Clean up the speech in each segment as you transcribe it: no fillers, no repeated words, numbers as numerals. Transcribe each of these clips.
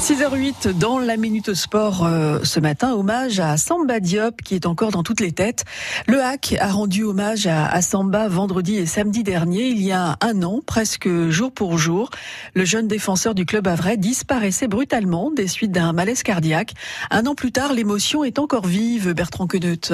6h08 dans la Minute Sport ce matin, hommage à Samba Diop qui est encore dans toutes les têtes. Le HAC a rendu hommage à Samba vendredi et samedi dernier, il y a un an, presque jour pour jour. Le jeune défenseur du club havrais disparaissait brutalement des suites d'un malaise cardiaque. Un an plus tard, l'émotion est encore vive, Bertrand Queneut.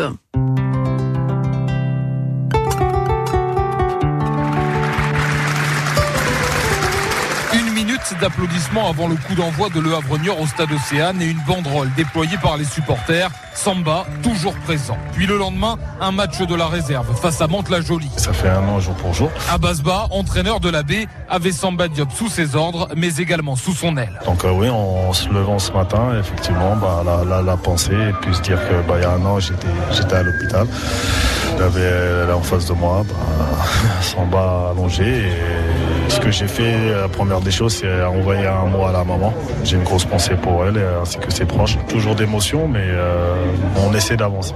D'applaudissements avant le coup d'envoi de Le Havre Niort au stade Océane et une banderole déployée par les supporters. Samba, toujours présent. Puis le lendemain, un match de la réserve face à Mantes-la-Jolie. Ça fait un an jour pour jour. Abasba, entraîneur de la baie, avait Samba Diop sous ses ordres, mais également sous son aile. Donc oui, en se levant ce matin, effectivement, la pensée, et puis se dire que il y a un an, j'étais à l'hôpital. J'avais là en face de moi, Samba allongé. Et ce que j'ai fait, la première des choses, c'est envoyer un mot à la maman. J'ai une grosse pensée pour elle, ainsi que ses proches. Toujours d'émotion, mais on essaie d'avancer.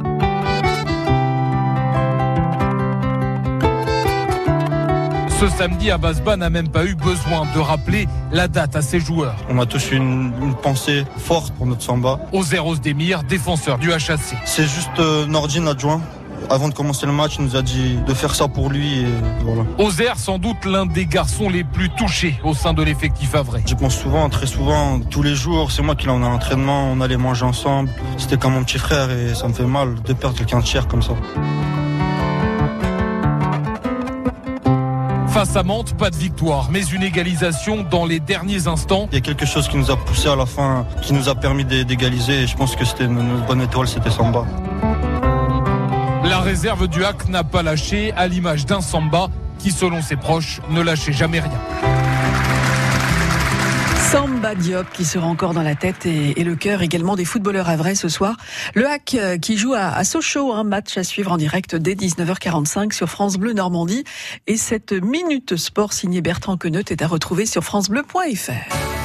Ce samedi, Abasba n'a même pas eu besoin de rappeler la date à ses joueurs. On a tous eu une pensée forte pour notre Samba. Ozer Ozdemir, défenseur du HAC. C'est juste Nordine, l'adjoint. Avant de commencer le match, il nous a dit de faire ça pour lui et voilà. Ozer, sans doute l'un des garçons les plus touchés au sein de l'effectif havrais. Je pense souvent, très souvent, tous les jours, c'est moi qui l'en ai à l'entraînement, on allait manger ensemble. C'était comme mon petit frère et ça me fait mal de perdre quelqu'un de cher comme ça. Face à Mantes, pas de victoire, mais une égalisation dans les derniers instants. Il y a quelque chose qui nous a poussé à la fin, qui nous a permis d'égaliser et je pense que c'était notre bonne étoile, c'était Samba. La réserve du HAC n'a pas lâché, à l'image d'un Samba qui, selon ses proches, ne lâchait jamais rien. Samba Diop qui sera encore dans la tête et le cœur également des footballeurs havrais ce soir. Le HAC qui joue à Sochaux, un match à suivre en direct dès 19h45 sur France Bleu Normandie. Et cette Minute Sport signée Bertrand Queneut est à retrouver sur francebleu.fr.